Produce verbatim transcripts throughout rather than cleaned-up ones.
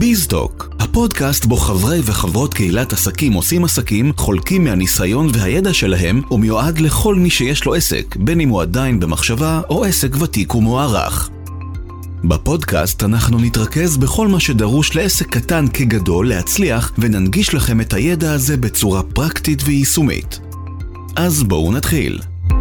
ביזטוק, הפודקאסט בו חברי וחברות קהילת עסקים עושים עסקים, חולקים מהניסיון והידע שלהם, ומיועד לכל מי שיש לו עסק, בין אם הוא עדיין במחשבה או עסק ותיק ומוערך. בפודקאסט אנחנו נתרכז בכל מה שדרוש לעסק קטן כגדול להצליח, וננגיש לכם את הידע הזה בצורה פרקטית ויישומית. אז בואו נתחיל.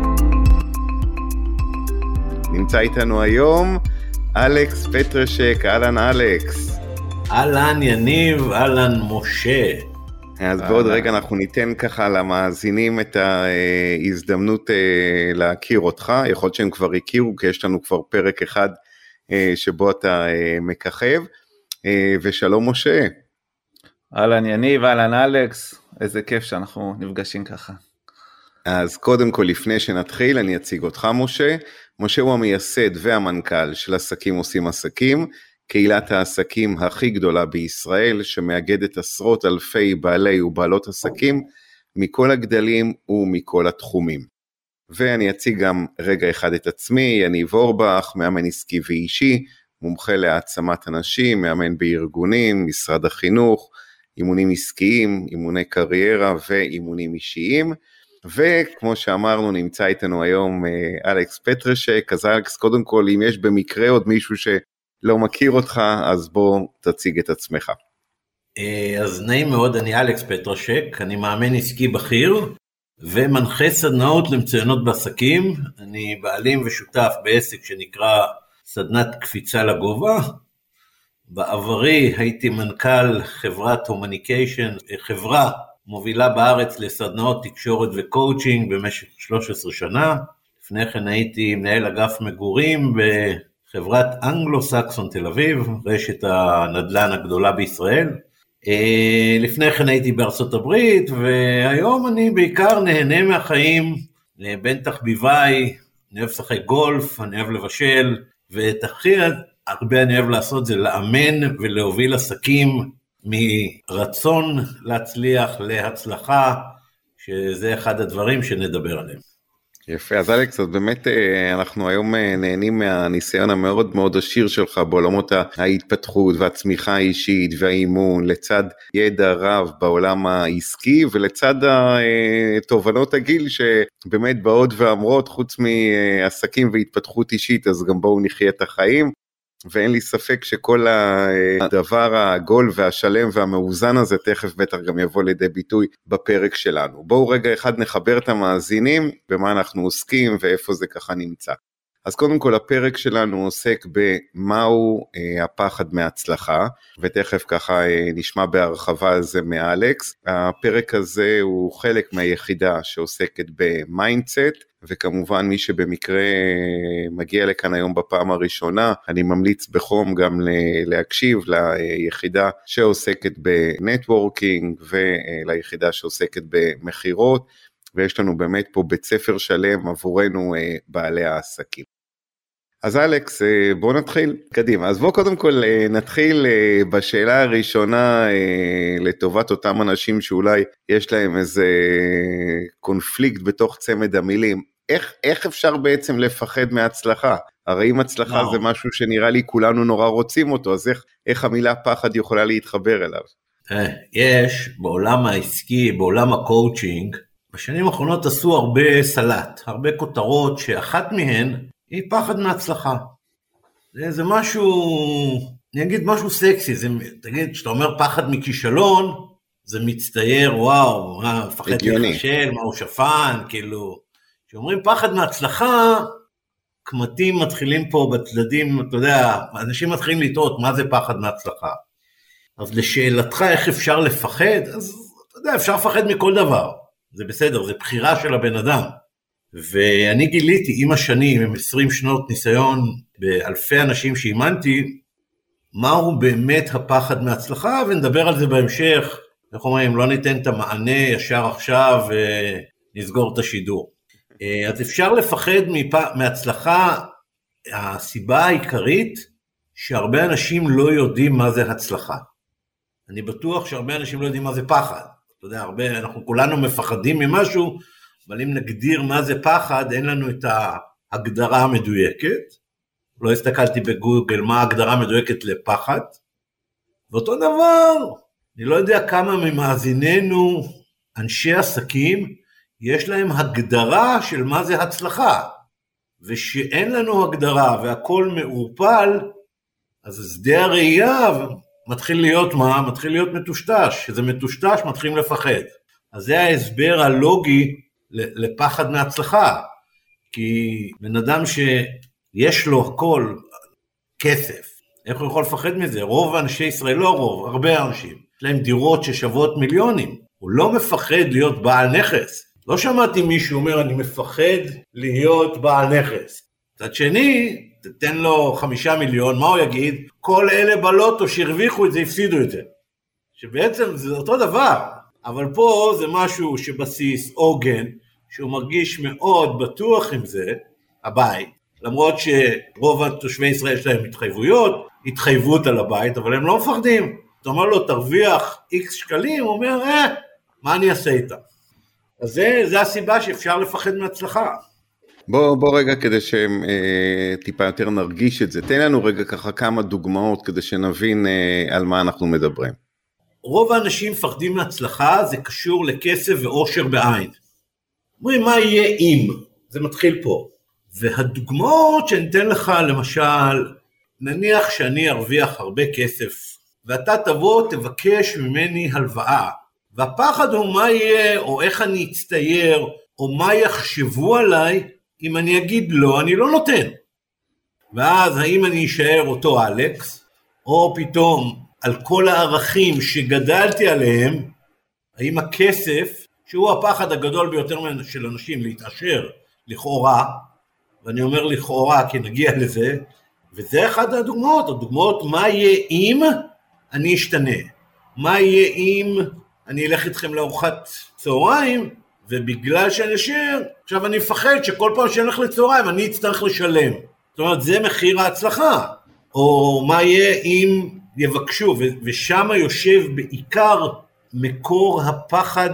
נמצא איתנו היום אלכס פטרשק. אהלן אלכס. אהלן יניב, אהלן משה. אז בעוד רגע אנחנו ניתן ככה למאזינים את ההזדמנות להכיר אותך, יכול להיות שהם כבר הכירו, כי יש לנו כבר פרק אחד שבו אתה מככב, ושלום משה. אהלן יניב, אהלן אלכס, איזה כיף שאנחנו נפגשים ככה. אז קודם כל, לפני שנתחיל, אני אציג אותך משה. משה הוא המייסד והמנכ"ל של עסקים עושים עסקים, קהילת העסקים הכי גדולה בישראל, שמאגדת עשרות אלפי בעלי ובעלות עסקים, מכל הגדלים ומכל התחומים. ואני אציג גם רגע אחד את עצמי, יניב אורבך, מאמן עסקי ואישי, מומחה להעצמת אנשים, מאמן בארגונים, משרד החינוך, אימונים עסקיים, אימוני קריירה ואימונים אישיים, וכמו שאמרנו נמצא איתנו היום אלכס פטרשק. אז אלכס, קודם כל, אם יש במקרה עוד מישהו שלא מכיר אותך, אז בוא תציג את עצמך. אז נעים מאוד, אני אלכס פטרשק, אני מאמן עסקי בכיר, ומנחה סדנאות למצוינות בעסקים. אני בעלים ושותף בעסק שנקרא סדנת קפיצה לגובה. בעברי הייתי מנכ"ל חברת הומניקיישן, חברה מובילה בארץ לסדנאות תקשורת וקואוצ'ינג במשך שלוש עשרה שנה. לפני כן הייתי מנהל אגף מגורים בחברת אנגלו-סקסון תל אביב, רשת הנדל"ן הגדולה בישראל. לפני כן הייתי בארצות הברית, והיום אני בעיקר נהנה מהחיים, בן תחביביי, אני אוהב לשחק גולף, אני אוהב לבשל, ואת הכי הרבה אני אוהב לעשות זה לאמן ולהוביל עסקים, מרצון להצליח להצלחה, שזה אחד הדברים שנדבר עליהם. יפה, אז אלכס, אז באמת אנחנו היום נהנים מהניסיון המאוד מאוד עשיר שלך בעולמות ההתפתחות והצמיחה האישית והאימון, לצד ידע רב בעולם העסקי ולצד התובנות הגיל שבאמת באות ואמרות, חוץ מעסקים והתפתחות אישית, אז גם בואו נחיה את החיים. ואין לי ספק שכל הדבר העגול והשלם והמאוזן הזה תכף בטח גם יבוא לידי ביטוי בפרק שלנו. בואו רגע אחד נחבר את המאזינים במה אנחנו עוסקים ואיפה זה ככה נמצא. אז קודם כל הפרק שלנו עוסק במהו הפחד מהצלחה, ותכף ככה נשמע בהרחבה על זה מאלכס. הפרק הזה הוא חלק מהיחידה שעוסקת במיינדסט, וכמובן מי שבמקרה מגיע לכאן היום בפעם הראשונה, אני ממליץ בחום גם להקשיב ליחידה שעוסקת בנטוורקינג, וליחידה שעוסקת במחירות, ויש לנו באמת פה בית ספר שלם עבורנו בעלי העסקים. אז אלכס, בוא נתחיל קדימה. אז בוא קודם כל נתחיל בשאלה הראשונה לטובת אותם אנשים שאולי יש להם איזה קונפליקט בתוך צמד המילים. איך, איך אפשר בעצם לפחד מהצלחה? הרי אם הצלחה no. זה משהו שנראה לי כולנו נורא רוצים אותו, אז איך, איך המילה פחד יכולה להתחבר אליו? יש בעולם העסקי, בעולם הקואוצ'ינג, בשנים האחרונות עשו הרבה סלט, הרבה כותרות שאחת מהן היא פחד מהצלחה. זה, זה משהו, אני אגיד משהו סקסי, זה, תגיד, שאתה אומר פחד מכישלון, זה מצטייר, וואו, מה, מפחד להיכשל, מה הוא שפן, כאילו, שאומרים פחד מהצלחה, כמתים מתחילים פה בצדדים, אתה יודע, אנשים מתחילים לטעות, מה זה פחד מהצלחה? אז לשאלתך איך אפשר לפחד, אז אתה יודע, אפשר לפחד מכל דבר, זה בסדר, זה בחירה של הבן אדם. ואני גיליתי עם השנים, עם עשרים שנות ניסיון, באלפי אנשים שאימנתי, מהו באמת הפחד מהצלחה, ונדבר על זה בהמשך. איך אומרים, לא ניתן את המענה ישר עכשיו, ונסגור את השידור. אז אפשר לפחד מהצלחה, הסיבה העיקרית, שהרבה אנשים לא יודעים מה זה הצלחה. אני בטוח שהרבה אנשים לא יודעים מה זה פחד. אתה יודע, הרבה, אנחנו כולנו מפחדים ממשהו, אבל אם נגדיר מה זה פחד, אין לנו את ההגדרה המדויקת. לא הסתכלתי בגוגל מה ההגדרה המדויקת לפחד, ואותו דבר, אני לא יודע כמה ממאזיננו, אנשי עסקים, יש להם הגדרה של מה זה הצלחה, ושאין לנו הגדרה והכל מעורפל, אז שדה הראייה מתחיל להיות מה? מתחיל להיות מטושטש, שזה מטושטש מתחילים לפחד. אז זה ההסבר הלוגי לפחד מהצלחה, כי בן אדם שיש לו הכל כסף, איך הוא יכול לפחד מזה? רוב אנשי ישראל, לא רוב, הרבה אנשים, יש להם דירות ששוות מיליונים, הוא לא מפחד להיות בעל נכס. לא שמעתי מישהו אומר, אני מפחד להיות בעל נכס. מצד שני, תתן לו חמישה מיליון, מה הוא יגיד? כל אלה בלוטו שהרוויחו את זה, הפסידו את זה. שבעצם זה אותו דבר, אבל פה זה משהו שבסיס עוגן, שהוא מרגיש מאוד בטוח עם זה, הבית, למרות שרוב התושבי ישראל יש להם התחייבויות, התחייבות על הבית, אבל הם לא מפחדים. אתה אומר לו, תרוויח איקס שקלים, הוא אומר, אה, מה אני אעשה איתה? אז זה, זה הסיבה שאפשר לפחד מהצלחה. בוא, בוא רגע כדי שטיפה יותר נרגיש את זה, תן לנו רגע ככה כמה דוגמאות כדי שנבין על מה אנחנו מדברים. רוב האנשים מפחדים מהצלחה, זה קשור לכסף ואושר בעין. אומרים, מה יהיה אם? זה מתחיל פה. והדוגמאות שניתן לך, למשל, נניח שאני ארוויח הרבה כסף, ואתה תבוא, תבקש ממני הלוואה, והפחד הוא מה יהיה, או איך אני אצטייר, או מה יחשבו עליי, אם אני אגיד לא, אני לא נותן. ואז האם אני אשאר אותו אלכס, או פתאום על כל הערכים שגדלתי עליהם, האם הכסף, שהוא הפחד הגדול ביותר של אנשים להתעשר לכאורה, ואני אומר לכאורה כי נגיע לזה, וזה אחד הדוגמאות, הדוגמאות מה יהיה אם אני אשתנה, מה יהיה אם אני אלך איתכם לארוחת צהריים, ובגלל שאני אשאר, עכשיו אני מפחד שכל פעם שאני הולך לצהריים אני אצטרך לשלם, זאת אומרת זה מחיר ההצלחה, או מה יהיה אם יבקשו, ושם יושב בעיקר מקור הפחד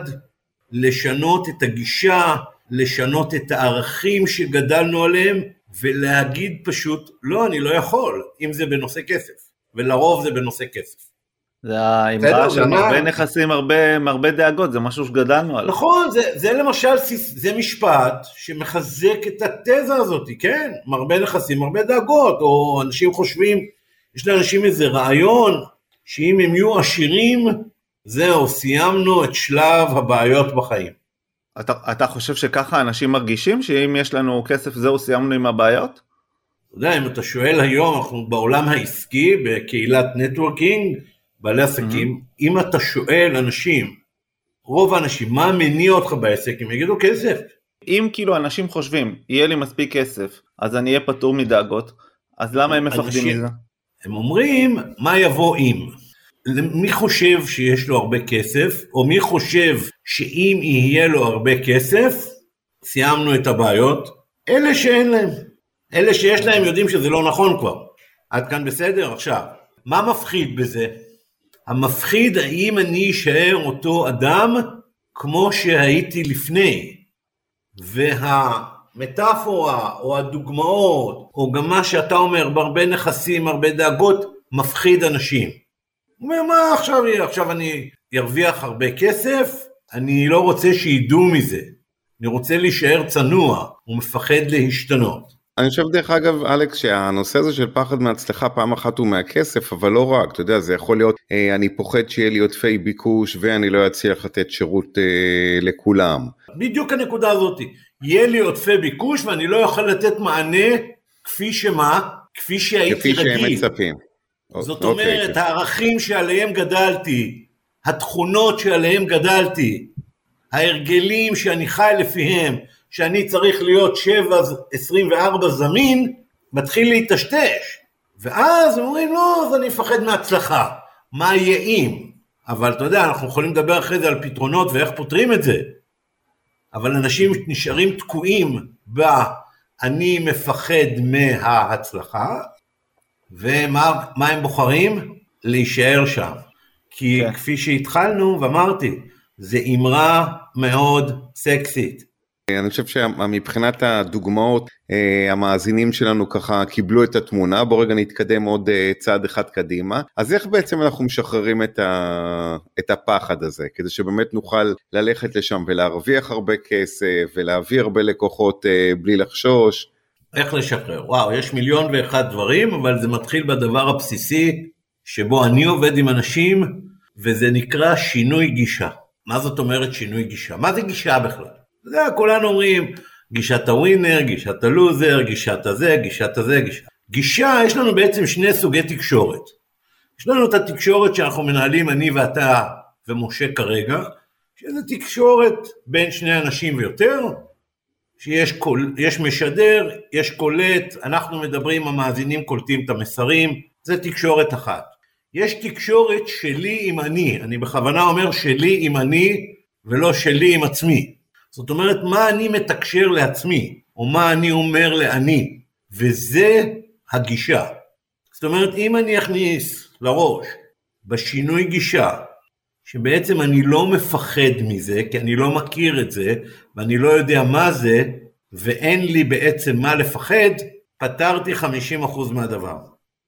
לשנות את הגישה, לשנות את הערכים שגדלנו עליהם, ולהגיד פשוט, לא, אני לא יכול, אם זה בנושא כסף, ולרוב זה בנושא כסף. זה האמרה של הרבה נכסים, הרבה, הרבה דאגות, זה משהו שגדלנו עליו. נכון, זה, זה למשל, זה משפט שמחזק את התזה הזאת, כן? הרבה נכסים, הרבה דאגות, או אנשים חושבים, יש לאנשים איזה רעיון, שאם הם יהיו עשירים, זהו, סיימנו את שלב הבעיות בחיים. אתה, אתה חושב שככה אנשים מרגישים, שאם יש לנו כסף זהו, סיימנו עם הבעיות? אתה יודע, אם אתה שואל היום, אנחנו בעולם העסקי, בקהילת נטוורקינג, בעלי עסקים, mm-hmm. אם אתה שואל אנשים, רוב האנשים, מה מניע אותך בעסק, הם יגידו כסף. אם כאילו אנשים חושבים, יהיה לי מספיק כסף, אז אני אהיה פטור מדאגות, אז למה הם מפחדים אנשים, מזה? הם אומרים, מה יבוא אם? מי חושב שיש לו הרבה כסף, או מי חושב שאם יהיה לו הרבה כסף, סיימנו את הבעיות? אלה שאין להם. אלה שיש להם יודעים שזה לא נכון כבר. עד כאן בסדר? עכשיו, מה מפחיד בזה? המפחיד האם אני אשאר אותו אדם כמו שהייתי לפני. והמטאפורה או הדוגמאות, או גם מה שאתה אומר, בהרבה נכסים, הרבה דאגות, מפחיד אנשים. הוא אומר, מה עכשיו יהיה? עכשיו אני ארוויח הרבה כסף, אני לא רוצה שידעו מזה. אני רוצה להישאר צנוע, הוא מפחד להשתנות. אני חושב דרך אגב, אלכס, שהנושא הזה של פחד מהצלחה פעם אחת הוא מהכסף, אבל לא רק, אתה יודע, זה יכול להיות, אה, אני פוחד שיהיה לי עודפי ביקוש, ואני לא אצליח לתת שירות אה, לכולם. בדיוק הנקודה הזאת, יהיה לי עודפי ביקוש, ואני לא יכול לתת מענה כפי שמה, כפי שהייתי כפי רגיל. שהם מצפים. זאת אוקיי, אומרת, אוקיי. הערכים שעליהם גדלתי, התכונות שעליהם גדלתי, ההרגלים שאני חי לפיהם, שאני צריך להיות שבע עשרים וארבע זמין, מתחיל להתשתש. ואז אומרים, לא, אז אני אפחד מהצלחה. מה יהיה אם? אבל אתה יודע, אנחנו יכולים לדבר אחרי זה על פתרונות ואיך פותרים את זה. אבל אנשים נשארים תקועים ב, אני מפחד מההצלחה, ומה מה הם בוחרים? להישאר שם. כי כן. כפי שהתחלנו ואמרתי, זה אמרה מאוד סקסית. אני חושב שמבחינת הדוגמאות, המאזינים שלנו ככה קיבלו את התמונה, בוא רגע נתקדם עוד צעד אחד קדימה. אז איך בעצם אנחנו משחררים את, ה... את הפחד הזה, כדי שבאמת נוכל ללכת לשם ולהרוויח הרבה כסף, ולהביא הרבה לקוחות בלי לחשוש? איך לשחרר? וואו, יש מיליון ואחד דברים, אבל זה מתחיל בדבר הבסיסי, שבו אני עובד עם אנשים, וזה נקרא שינוי גישה. מה זאת אומרת שינוי גישה? מה זה גישה בכלל? זה כולנו אומרים, גישת הווינר, גישת הלוזר, גישת הזה, גישת הזה, גישה. גישה, יש לנו בעצם שני סוגי תקשורת. יש לנו את התקשורת שאנחנו מנהלים, אני ואתה ומשה כרגע, שזה תקשורת בין שני אנשים ויותר, שיש קול, יש משדר, יש קולט, אנחנו מדברים, המאזינים קולטים את המסרים, זה תקשורת אחת. יש תקשורת שלי עם אני, אני בכוונה אומר שלי עם אני, ולא שלי עם עצמי. זאת אומרת, מה אני מתקשר לעצמי, או מה אני אומר לאני, וזה הגישה. זאת אומרת, אם אני אכניס לראש, בשינוי גישה, שבעצם אני לא מפחד מזה, כי אני לא מכיר את זה, ואני לא יודע מה זה, ואין לי בעצם מה לפחד, פתרתי חמישים אחוז מהדבר.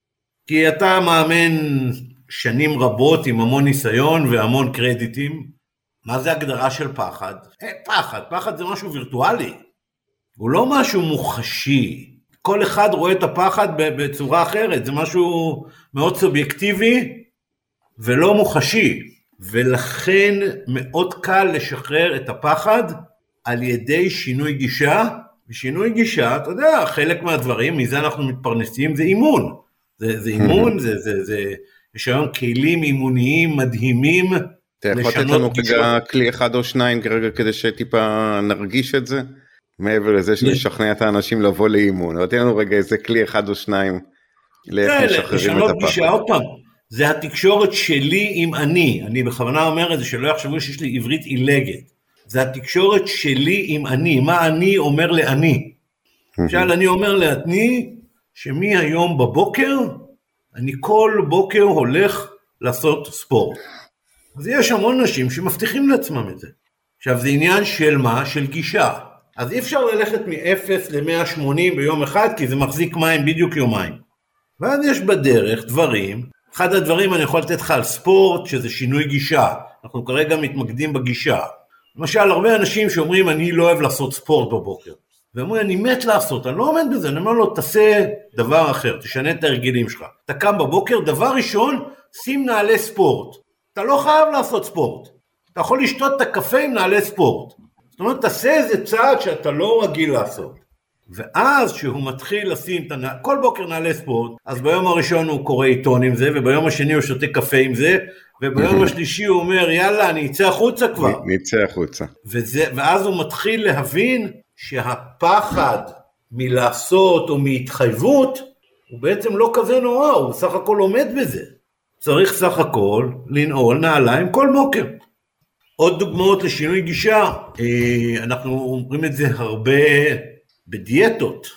כי אתה מאמן שנים רבות עם המון ניסיון והמון קרדיטים. מה זה הגדרה של פחד? אה, פחד, פחד זה משהו וירטואלי. הוא לא משהו מוחשי. כל אחד רואה את הפחד בצורה אחרת. זה משהו מאוד סובייקטיבי ולא מוחשי. ולכן מאוד קל לשחרר את הפחד על ידי שינוי גישה. ושינוי גישה, אתה יודע, חלק מהדברים, מזה אנחנו מתפרנסים, זה אימון. זה, זה אימון, זה, זה, זה, יש היום כלים אימוניים מדהימים. אתה יכול לתת לנו כרגע כלי אחד או שניים כרגע כדי שטיפה נרגיש את זה? מעבר לזה שנשכנע את האנשים לבוא לאימון. אבל תן לנו רגע איזה כלי אחד או שניים לאיך משחררים את הפחד. עוד פעם, זה התקשורת שלי עם אני. אני בכוונה אומר את זה שלא יחשבו שיש לי עברית עילגת. זה התקשורת שלי עם אני. מה אני אומר לאני? למשל, אני אומר לעצמי שמי היום בבוקר, אני כל בוקר הולך לעשות ספורט. אז יש המון נשים שמבטיחים לעצמם את זה. עכשיו זה עניין של מה? של גישה. אז אי אפשר ללכת מ-אפס ל-מאה ושמונים ביום אחד, כי זה מחזיק מים בדיוק יומיים. ואז יש בדרך דברים, אחד הדברים אני יכול לתת לך על ספורט, שזה שינוי גישה. אנחנו כרגע מתמקדים בגישה. למשל, הרבה אנשים שאומרים, אני לא אוהב לעשות ספורט בבוקר. ואומרים, אני מת לעשות, אני לא עומד בזה, אני אומר לו, תעשה דבר אחר, תשנה את הרגילים שלך. אתה קם בבוקר, דבר ראשון, שים נעלי ספורט. אתה לא חייב לעשות ספורט. אתה יכול לשתות את הקפה עם נעלי ספורט. זאת אומרת, תעשה איזה צעד שאתה לא רגיל לעשות. ואז שהוא מתחיל לשים את הנעלי, כל בוקר נעלי ספורט, אז ביום הראשון הוא קורא עיתון עם זה, וביום השני הוא שותה קפה עם זה, וביום השלישי הוא אומר, יאללה, אני אצא החוצה כבר. נצא החוצה. וזה, ואז הוא מתחיל להבין שהפחד מלעשות או מהתחייבות, הוא בעצם לא כזה נורא, הוא סך הכל עומד בזה. צריך סך הכל לנעול נעליים כל בוקר. עוד דוגמאות לשינוי גישה, אנחנו אומרים את זה הרבה בדיאטות.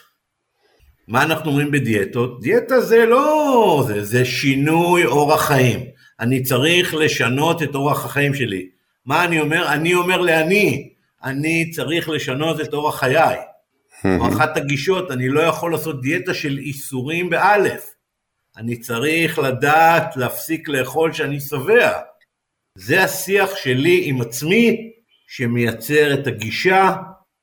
מה אנחנו אומרים בדיאטות? דיאטה זה לא, זה, זה שינוי אורח חיים. אני צריך לשנות את אורח החיים שלי. מה אני אומר? אני אומר לאני, אני צריך לשנות את אורח חיי. או אחת הגישות, אני לא יכול לעשות דיאטה של איסורים באלף. אני צריך לדעת להפסיק לאכול שאני שבע. זה השיח שלי עם עצמי שמייצר את הגישה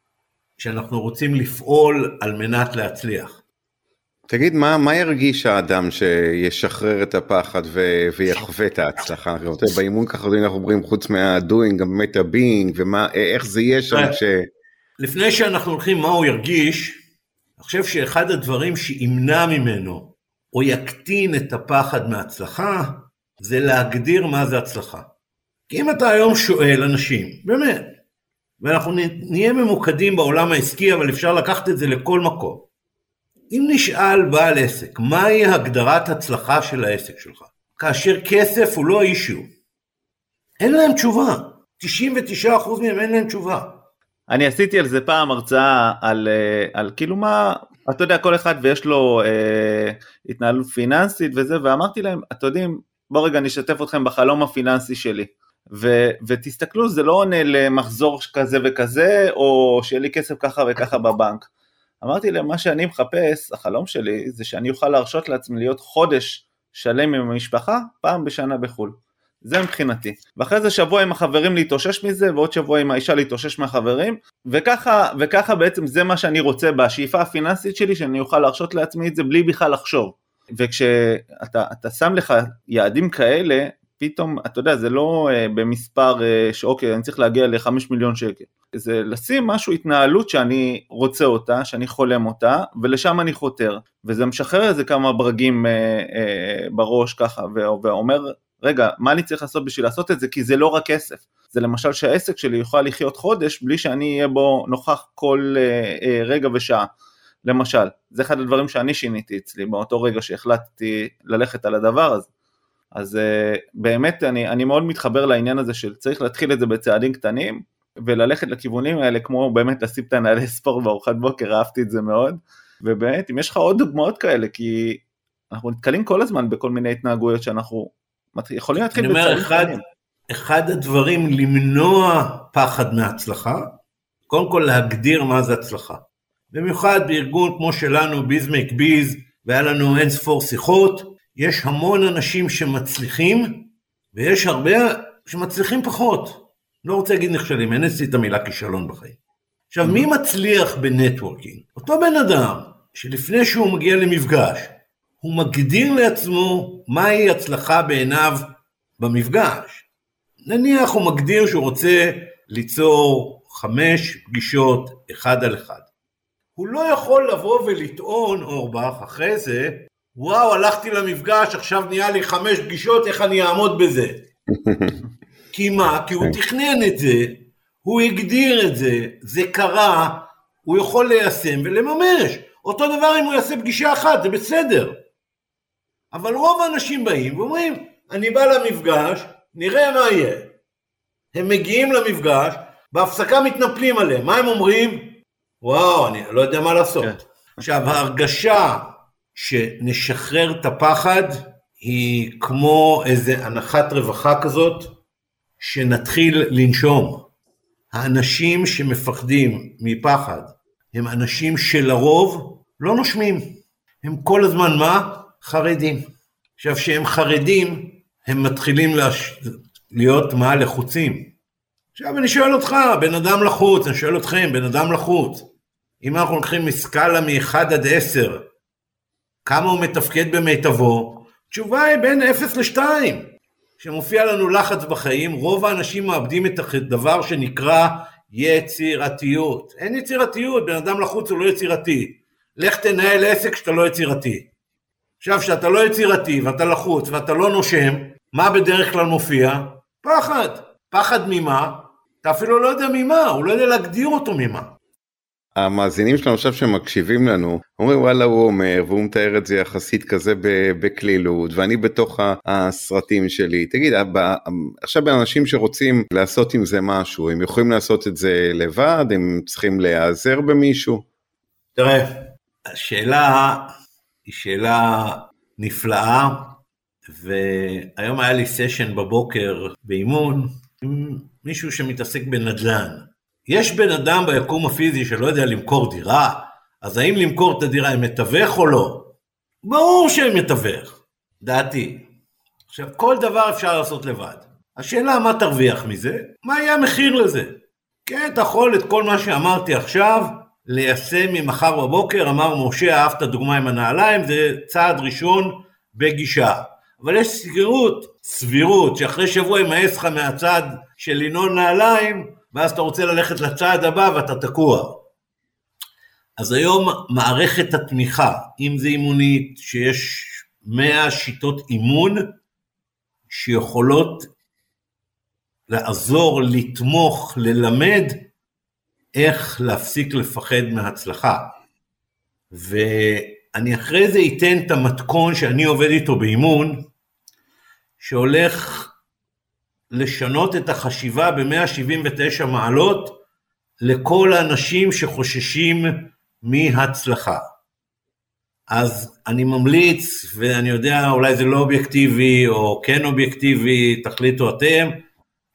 שאנחנו רוצים לפעול על מנת להצליח. תגיד, מה, מה ירגיש האדם שישחרר את הפחד ו- ויחווה את ההצלחה? באימון ככה אנחנו אומרים חוץ מה-doing, גם באמת ה-being, ומה, איך זה יהיה שם ש... לפני שאנחנו הולכים מה הוא ירגיש, אני חושב שאחד הדברים שימנע ממנו, או יקטין את הפחד מההצלחה, זה להגדיר מה זה הצלחה. כי אם אתה היום שואל אנשים, באמת, ואנחנו נהיה ממוקדים בעולם העסקי, אבל אפשר לקחת את זה לכל מקום. אם נשאל בעל עסק, מהי הגדרת הצלחה של העסק שלך? כאשר כסף הוא לא אישיו. אין להם תשובה. תשעים ותשעה אחוז מהם אין להם תשובה. אני עשיתי על זה פעם הרצאה על, על כאילו מה, אתה יודע, כל אחד ויש לו אה, התנהלות פיננסית וזה, ואמרתי להם, אתם יודעים, בוא רגע נשתף אתכם בחלום הפיננסי שלי. ו, ותסתכלו, זה לא עונה למחזור כזה וכזה, או שיהיה לי כסף ככה וככה בבנק. אמרתי להם, מה שאני מחפש, החלום שלי, זה שאני אוכל להרשות לעצמי להיות חודש שלם עם המשפחה, פעם בשנה בחול. זה מבחינתי. ואחרי זה שבוע עם החברים להתאושש מזה, ועוד שבוע עם האישה להתאושש מהחברים, וככה, וככה בעצם זה מה שאני רוצה בשאיפה הפיננסית שלי, שאני אוכל להרשות לעצמי את זה בלי בכלל לחשוב. וכשאתה אתה שם לך יעדים כאלה, פתאום, אתה יודע, זה לא uh, במספר uh, שאוקיי, אני צריך להגיע לחמש מיליון שקל. זה לשים משהו, התנהלות שאני רוצה אותה, שאני חולם אותה, ולשם אני חותר. וזה משחרר איזה כמה ברגים uh, uh, בראש ככה, ואומר, רגע, מה אני צריך לעשות בשביל לעשות את זה? כי זה לא רק כסף. זה למשל שהעסק שלי יוכל לחיות חודש, בלי שאני אהיה בו נוכח כל uh, uh, רגע ושעה. למשל, זה אחד הדברים שאני שיניתי אצלי, באותו רגע שהחלטתי ללכת על הדבר הזה. אז uh, באמת אני, אני מאוד מתחבר לעניין הזה של צריך להתחיל את זה בצעדים קטנים, וללכת לכיוונים האלה, כמו באמת לשים את הנעלי ספורט בארוחת בוקר, אהבתי את זה מאוד, ובאמת אם יש לך עוד דוגמאות כאלה, כי אנחנו נתקלים כל הזמן בכל מיני התנהגויות שאנחנו יכולים להתחיל בצעדים קטנים. אחד הדברים למנוע פחד מהצלחה, קודם כל להגדיר מה זה הצלחה. במיוחד בארגון כמו שלנו, ביז מייק ביז, והיה לנו אין ספור שיחות, יש המון אנשים שמצליחים, ויש הרבה שמצליחים פחות. לא רוצה להגיד נכשלים, אין אצלי את המילה כישלון בחיים. עכשיו, מי מצליח בנטוורקינג? אותו בן אדם, שלפני שהוא מגיע למפגש, הוא מגדיר לעצמו מהי הצלחה בעיניו במפגש. נניח הוא מגדיר שהוא רוצה ליצור חמש פגישות אחד על אחד. הוא לא יכול לבוא ולטעון, אורבך, אחרי זה, וואו, הלכתי למפגש, עכשיו נהיה לי חמש פגישות, איך אני אעמוד בזה? כי מה? כי הוא תכנן את זה, הוא הגדיר את זה, זה קרה, הוא יכול ליישם ולממש. אותו דבר אם הוא יעשה פגישה אחת, זה בסדר. אבל רוב האנשים באים ואומרים, אני בא למפגש, נראה מה יהיה. הם מגיעים למפגש, בהפסקה מתנפלים עליהם. מה הם אומרים? וואו, אני לא יודע מה לעשות. כן. עכשיו, ההרגשה שנשחרר את הפחד, היא כמו איזה הנחת רווחה כזאת, שנתחיל לנשום. האנשים שמפחדים מפחד, הם אנשים שלרוב לא נושמים. הם כל הזמן מה? חרדים. עכשיו, שהם חרדים, הם מתחילים לש... להיות מה? לחוצים. עכשיו אני שואל אותך, בן אדם לחוץ, אני שואל אתכם, בן אדם לחוץ. אם אנחנו לוקחים מסקאלה מ-אחד עד עשר, כמה הוא מתפקד במיטבו? תשובה היא בין אפס לשתיים. כשמופיע לנו לחץ בחיים, רוב האנשים מאבדים את הדבר שנקרא יצירתיות. אין יצירתיות, בן אדם לחוץ הוא לא יצירתי. לך תנהל עסק שאתה לא יצירתי. עכשיו, שאתה לא יצירתי ואתה לחוץ ואתה לא נושם, מה בדרך כלל מופיע? פחד. פחד ממה? אתה אפילו לא יודע ממה, הוא לא יודע להגדיר אותו ממה. המאזינים שלנו עכשיו שמקשיבים לנו, אומרים וואלה הוא אומר, והוא מתאר את זה יחסית כזה בכלילות, ואני בתוך הסרטים שלי. תגיד, עכשיו באנשים שרוצים לעשות עם זה משהו, הם יכולים לעשות את זה לבד, הם צריכים להיעזר במישהו? תראה, השאלה היא שאלה נפלאה, והיום היה לי סשן בבוקר באימון, עם מישהו שמתעסק בנדל"ן. יש בן אדם ביקום הפיזי שלא יודע למכור דירה, אז האם למכור את הדירה הם מתווך או לא? ברור שהם מתווך, דעתי. עכשיו, כל דבר אפשר לעשות לבד. השאלה מה תרוויח מזה? מה יהיה המחיר לזה? כן, אתה יכול את כל מה שאמרתי עכשיו, ליישם ממחר בבוקר, אמר משה, אהבת דוגמה עם הנעליים, זה צעד ראשון בגישה. אבל יש סבירות, סבירות, שאחרי שבוע ימאס לך מהצד של לינון נעליים, ואז אתה רוצה ללכת לצעד הבא ואתה תקוע. אז היום מערכת התמיכה, אם זה אימונית, שיש מאה שיטות אימון, שיכולות לעזור, לתמוך, ללמד, איך להפסיק לפחד מההצלחה. ואני אחרי זה אתן את המתכון שאני עובד איתו באימון, שהולך לשנות את החשיבה ב-מאה שבעים ותשע מעלות, לכל האנשים שחוששים מהצלחה. אז אני ממליץ, ואני יודע אולי זה לא אובייקטיבי, או כן אובייקטיבי, תחליטו אתם,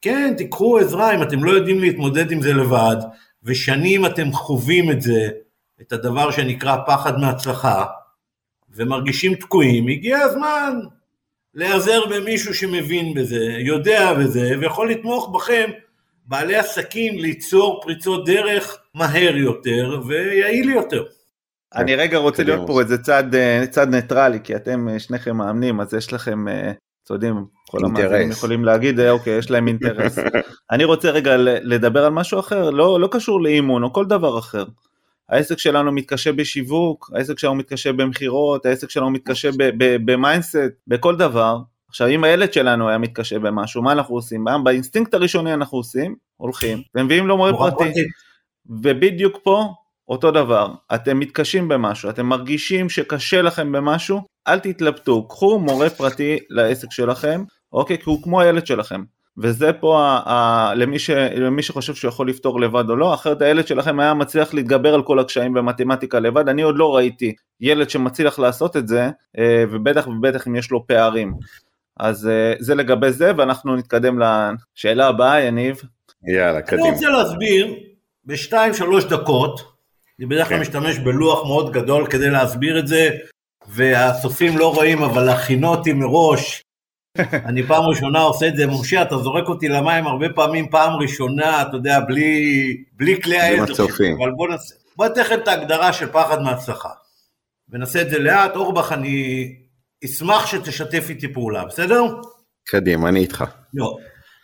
כן, תיקחו עזרה אם אתם לא יודעים להתמודד עם זה לבד, ושנים אתם חווים את זה, את הדבר שנקרא פחד מהצלחה, ומרגישים תקועים, הגיע הזמן להיעזר במישהו שמבין בזה, יודע בזה, ויכול לתמוך בכם, בעלי עסקים, ליצור פריצות דרך מהר יותר, ויעיל יותר. אני רגע רוצה להיות פה איזה צד, צד ניטרלי, כי אתם שניכם מאמנים, אז יש לכם, צודדים, כל המאזינים יכולים להגיד, אוקיי, יש להם אינטרס. אני רוצה רגע לדבר על משהו אחר, לא, לא קשור לאימון, או כל דבר אחר. העסק שלנו מתקשה בשיווק, העסק שלנו מתקשה במחירות, העסק שלנו מתקשה במיינדסט, בכל דבר. עכשיו, אם הילד שלנו היה מתקשה במשהו, מה אנחנו עושים? באינסטינקט הראשוני אנחנו עושים, הולכים, ומביאים לו מורה פרטי. ובדיוק פה, אותו דבר, אתם מתקשים במשהו, אתם מרגישים שקשה לכם במשהו, אל תתלבטו, קחו מורה פרטי לעסק שלכם, אוקיי, כי הוא כמו הילד שלכם. וזה פה ה- ה- למי, ש- למי שחושב שהוא יכול לפתור לבד או לא, אחרת הילד שלכם היה מצליח להתגבר על כל הקשיים במתמטיקה לבד, אני עוד לא ראיתי ילד שמצליח לעשות את זה, ובטח ובטח אם יש לו פערים. אז זה לגבי זה, ואנחנו נתקדם לשאלה הבאה, יניב. יאללה, קדימה. אני רוצה להסביר בשתיים שלוש דקות, אני בדרך כלל משתמש בלוח מאוד גדול כדי להסביר את זה, והסופים לא רואים, אבל הכינותי מראש, אני פעם ראשונה עושה את זה, משה, אתה זורק אותי למים הרבה פעמים, פעם ראשונה, אתה יודע, בלי, בלי כלי העזר, אבל בוא נעשה, בוא נתכן את ההגדרה של פחד מהצלחה, ונעשה את זה לאט. אורבך, אני אשמח שתשתף איתי פעולה, בסדר? קדימה, אני איתך. לא.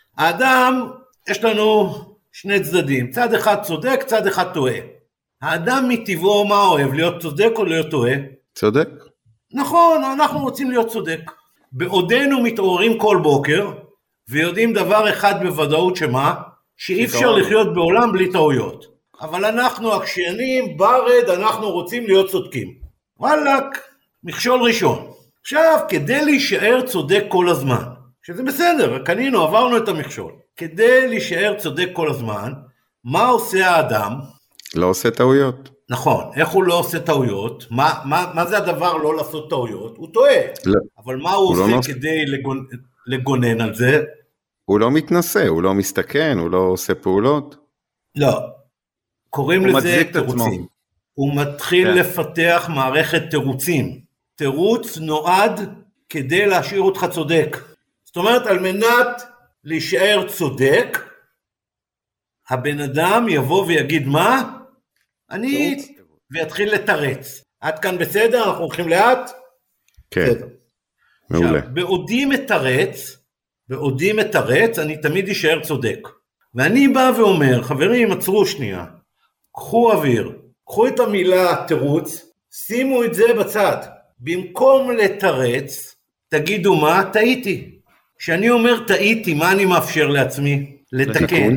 האדם, יש לנו שני צדדים, צד אחד צודק, צד אחד טועה. האדם מטבעו מה אוהב, להיות צודק או להיות טועה? צודק. נכון, אנחנו רוצים להיות צודק. בעודנו מתעוררים כל בוקר, ויודעים דבר אחד בוודאות שמה? שאי אפשר לחיות בעולם בלי טעויות. אבל אנחנו הקשיינים, ברד, אנחנו רוצים להיות צודקים. וואלק, מכשול ראשון. עכשיו, כדי להישאר צודק כל הזמן, שזה בסדר, קנינו, עברנו את המכשול. כדי להישאר צודק כל הזמן, מה עושה האדם? לא עושה טעויות. נכון, איך הוא לא עושה טעויות? מה, מה, מה זה הדבר לא לעשות טעויות? הוא טועה. לא. אבל מה הוא, הוא עושה לא כדי לגונ... לגונן על זה? הוא לא מתנסה, הוא לא מסתכן, הוא לא עושה פעולות. לא. קוראים לזה תירוצים. הוא מתחיל כן. לפתח מערכת תירוצים. תירוץ נועד כדי להשאיר אותך צודק. זאת אומרת, על מנת להישאר צודק, הבן אדם יבוא ויגיד מה? אני, ויתחיל לתרץ. עד כאן בסדר? אנחנו הולכים לאט? כן, בסדר. מעולה. עכשיו, בעודי מתרץ, בעודי מתרץ, אני תמיד יישאר צודק. ואני בא ואומר, חברים, עצרו שנייה, קחו אוויר, קחו את המילה תירוץ, שימו את זה בצד. במקום לתרץ, תגידו מה? טעיתי. כשאני אומר טעיתי, מה אני מאפשר לעצמי? לתקן.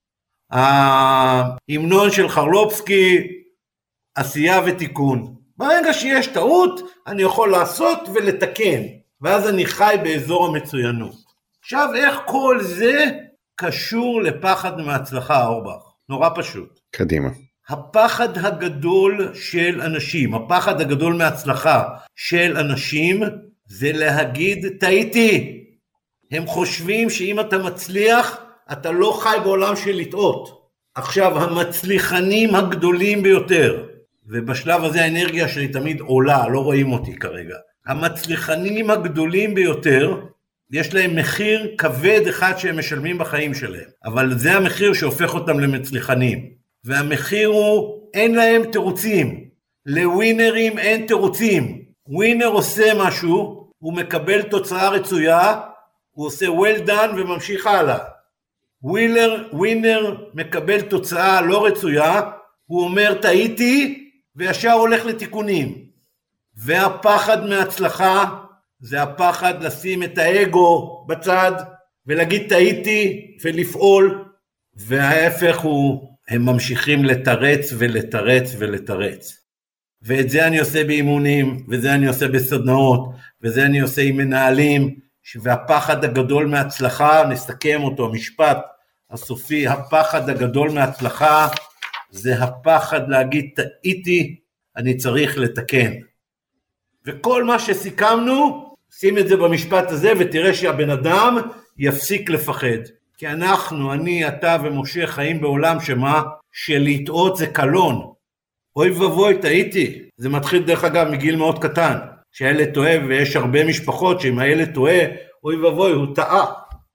ההמנון של חרלופסקי, עשייה ותיקון. ברגע שיש טעות, אני יכול לעשות ולתקן, ואז אני חי באזור המצוינות. עכשיו, איך כל זה קשור לפחד מהצלחה, אורבך? נורא פשוט. קדימה. הפחד הגדול של אנשים, הפחד הגדול מהצלחה של אנשים, זה להגיד, טעיתי. הם חושבים שאם אתה מצליח, אתה לא חי בעולם של לטעות. עכשיו, המצליחנים הגדולים ביותר, ובשלב הזה האנרגיה שלי תמיד עולה, לא רואים אותי כרגע. המצליחנים הגדולים ביותר, יש להם מחיר כבד אחד שהם משלמים בחיים שלהם, אבל זה המחיר שהופך אותם למצליחנים. והמחיר הוא, אין להם תירוצים. לווינרים אין תירוצים. ווינר עושה משהו, הוא מקבל תוצאה רצויה, הוא עושה well done וממשיך הלאה. ווינר, ווינר מקבל תוצאה לא רצויה, הוא אומר טעיתי, וישר הולך לתיקונים. והפחד מהצלחה, זה הפחד לשים את האגו בצד, ולהגיד טעיתי, ולפעול, וההפך הוא, הם ממשיכים לתרץ ולתרץ ולתרץ. ואת זה אני עושה באימונים, וזה אני עושה בסדנאות, וזה אני עושה עם מנהלים, והפחד הגדול מהצלחה, נסתכם אותו, משפט הסופי, הפחד הגדול מהצלחה, זה הפחד להגיד טעיתי, אני צריך לתקן. וכל מה שסיכמנו, שים את זה במשפט הזה, ותראה שהבן אדם יפסיק לפחד. כי אנחנו, אני, אתה ומשה חיים בעולם שמה? שלטעות זה קלון. אוי ובוי, טעיתי. זה מתחיל דרך אגב מגיל מאוד קטן. שהילד טועה, ויש הרבה משפחות שאם הילד טועה, אוי ובוי, הוא טעה.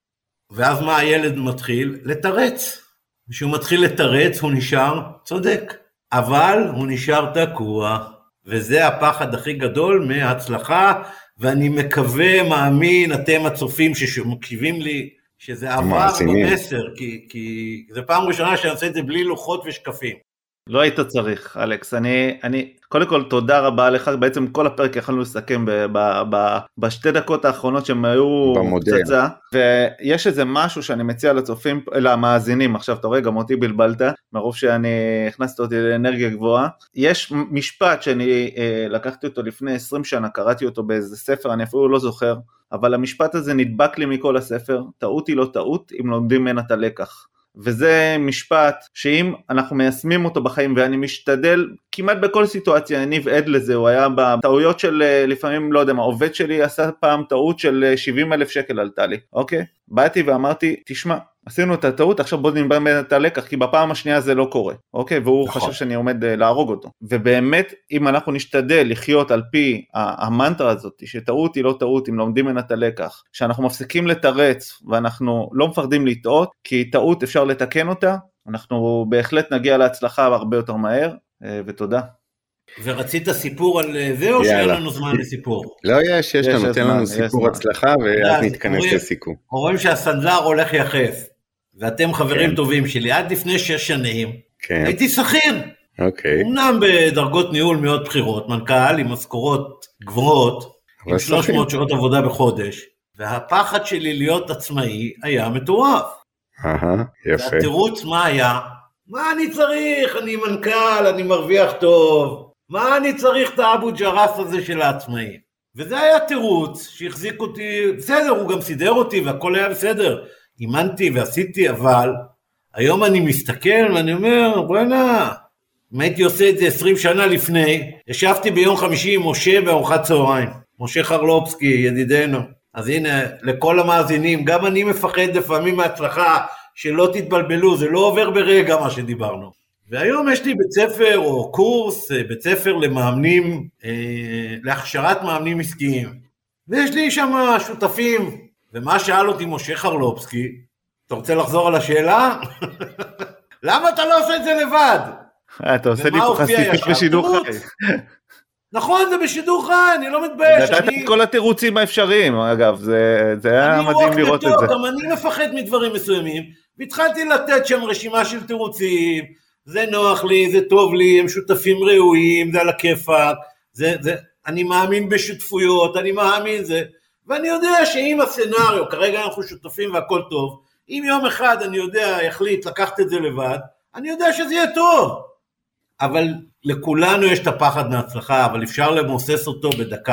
ואז מה הילד מתחיל? לתרץ. כשהוא מתחיל לתרץ, הוא נשאר צודק. אבל הוא נשאר תקוע. וזה הפחד הכי גדול מההצלחה, ואני מקווה, מאמין, אתם הצופים שמקשיבים לי, שזה עבר במסר, כי, כי זה פעם ראשונה שאני עושה את זה בלי לוחות ושקפים. לא היית צריך, אלכס. אני, אני, קודם כל תודה רבה לך, בעצם כל הפרק יכולנו לסכם ב, ב, ב, בשתי דקות האחרונות שהם היו פצצה, ויש איזה משהו שאני מציע לצופים, למאזינים, עכשיו אתה רואה, גם אותי בלבלת, מרוב שאני הכנסתי אותי לאנרגיה גבוהה, יש משפט שאני אה, לקחתי אותו לפני עשרים שנה, קראתי אותו באיזה ספר, אני אפילו לא זוכר, אבל המשפט הזה נדבק לי מכל הספר, טעות היא לא טעות, אם לומדים ממנה את הלקח. וזה משפט שאם אנחנו מיישמים אותו בחיים, ואני משתדל כמעט בכל סיטואציה, אני עד לזה, הוא היה בטעויות של לפעמים, לא יודע מה, עובד שלי עשה פעם טעות של שבעים אלף שקל עלתה לי, אוקיי? באתי ואמרתי, תשמע, עשינו את הטעות, עכשיו בוא נדבר את הלקח, כי בפעם השנייה זה לא קורה, אוקיי? והוא חשב שאני עומד להרוג אותו. ובאמת, אם אנחנו נשתדל לחיות על פי המנטרה הזאת, שטעות היא לא טעות, אם לומדים ממנה את הלקח, שאנחנו מפסיקים לתרץ, ואנחנו לא מפחדים לטעות, כי טעות אפשר לתקן אותה, אנחנו בהחלט נגיע להצלחה הרבה יותר מהר, ותודה. ורצית סיפור על זה, או שאין לנו זמן לסיפור? לא, יש, יש לנו, תן לנו סיפור הצלחה, ואז נתכנס לסיכום. רואים שהסנדלר הולך יחף, ואתם חברים טובים שלי, עד לפני שש שנים, הייתי שכיר. אמנם בדרגות ניהול מאוד בחירות, מנכ"ל עם משכורות גבוהות, עם שלוש מאות שעות עבודה בחודש, והפחד שלי להיות עצמאי היה מטורף. יפה. והתירוץ מה היה? מה אני צריך? אני מנכ"ל, אני מרוויח טוב. מה אני צריך את האבו ג'רס הזה של העצמאים? וזה היה תירוץ שהחזיק אותי, בסדר, הוא גם סידר אותי והכל היה בסדר. אימנתי ועשיתי, אבל היום אני מסתכל ואני אומר, בוא'נה, אם הייתי עושה את זה עשרים שנה לפני, ישבתי ביום חמישי עם משה בארוחת צהריים, משה חרלופסקי, ידידנו. אז הנה, לכל המאזינים, גם אני מפחד לפעמים מהצלחה, שלא תתבלבלו, זה לא עובר ברגע מה שדיברנו. והיום יש לי בית ספר או קורס, בית ספר למאמנים, אה, להכשרת מאמנים עסקיים. ויש לי שם שותפים, ומה שאל אותי משה חרלופסקי, אתה רוצה לחזור על השאלה? למה אתה לא עושה את זה לבד? אתה עושה לי פה חשיפות בשידור חי. נכון, זה בשידור חי, אני לא מתבייש. נתת את כל התירוצים האפשריים, אגב, זה היה מדהים לראות את זה. גם אני מפחד מדברים מסוימים, והתחלתי לתת שם רשימה של תירוצים, זה נוח לי, זה טוב לי, הם שותפים ראויים, זה על הכיפק, זה, זה, אני מאמין בשותפויות, אני מאמין זה, ואני יודע שאם הסצנריו, כרגע אנחנו שותפים והכל טוב, אם יום אחד אני יודע, יחליט לקחת את זה לבד, אני יודע שזה יהיה טוב, אבל לכולנו יש את הפחד מהצלחה, אבל אפשר למוסס אותו בדקה,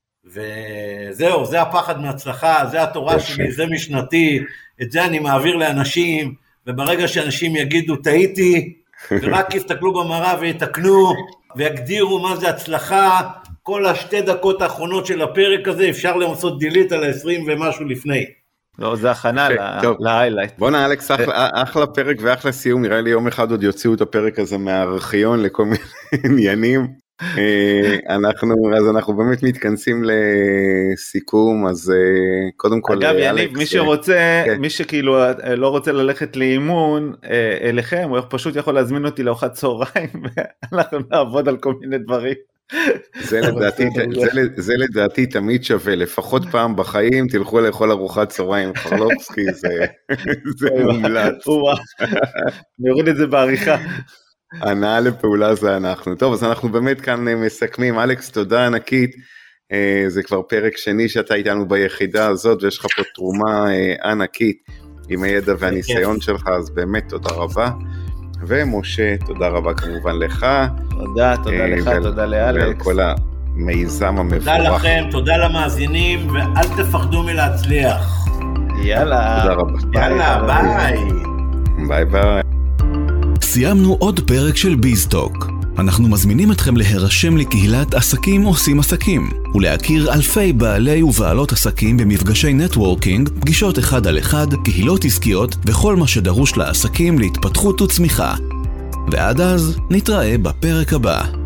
וזהו, זה הפחד מהצלחה, זה התורה שלי, זה משנתי, את זה אני מעביר לאנשים, וברגע שאנשים יגידו, טעיתי, ורק יסתכלו במראה ויתקנו, ויגדירו מה זה הצלחה, כל השתי דקות האחרונות של הפרק הזה, אפשר לעשות דילית על ה-עשרים ומשהו לפני. לא, זה הכנה להיילייט. בוא'נה אלכס, אחלה פרק ואחלה סיום, נראה לי יום אחד עוד יוציאו את הפרק הזה מהארכיון לכל מיני עניינים. אנחנו, אז אנחנו באמת מתכנסים לסיכום, אז קודם כל אגב יניב, מי שרוצה, מי שכאילו לא רוצה ללכת לאימון אליכם, הוא פשוט יכול להזמין אותי לארוחת צהריים, ואנחנו נעבוד על כל מיני דברים. זה לדעתי, זה לדעתי תמיד שווה, לפחות פעם בחיים תלכו לאכול ארוחת צהריים, חרלופסקי, זה מומלץ. אני אוריד את זה בעריכה. הנעה לפעולה זה אנחנו. טוב, אז אנחנו באמת כאן מסכמים. אלכס, תודה ענקית. זה כבר פרק שני שאתה איתנו ביחידה הזאת, ויש לך פה תרומה ענקית עם הידע והניסיון שלך, אז באמת תודה רבה. ומשה, תודה רבה כמובן לך. תודה, תודה לך, תודה לאלכס. ועל כל המיזם המבורך. תודה לכם, תודה למאזינים, ואל תפחדו מלהצליח. יאללה. תודה רבה. יאללה, ביי. ביי ביי. סיימנו עוד פרק של ביזטוק. אנחנו מזמינים אתכם להירשם לקהילת עסקים עושים עסקים, ולהכיר אלפי בעלי ובעלות עסקים במפגשי נטוורקינג, פגישות אחד על אחד, קהילות עסקיות וכל מה שדרוש לעסקים להתפתחות וצמיחה. ועד אז נתראה בפרק הבא.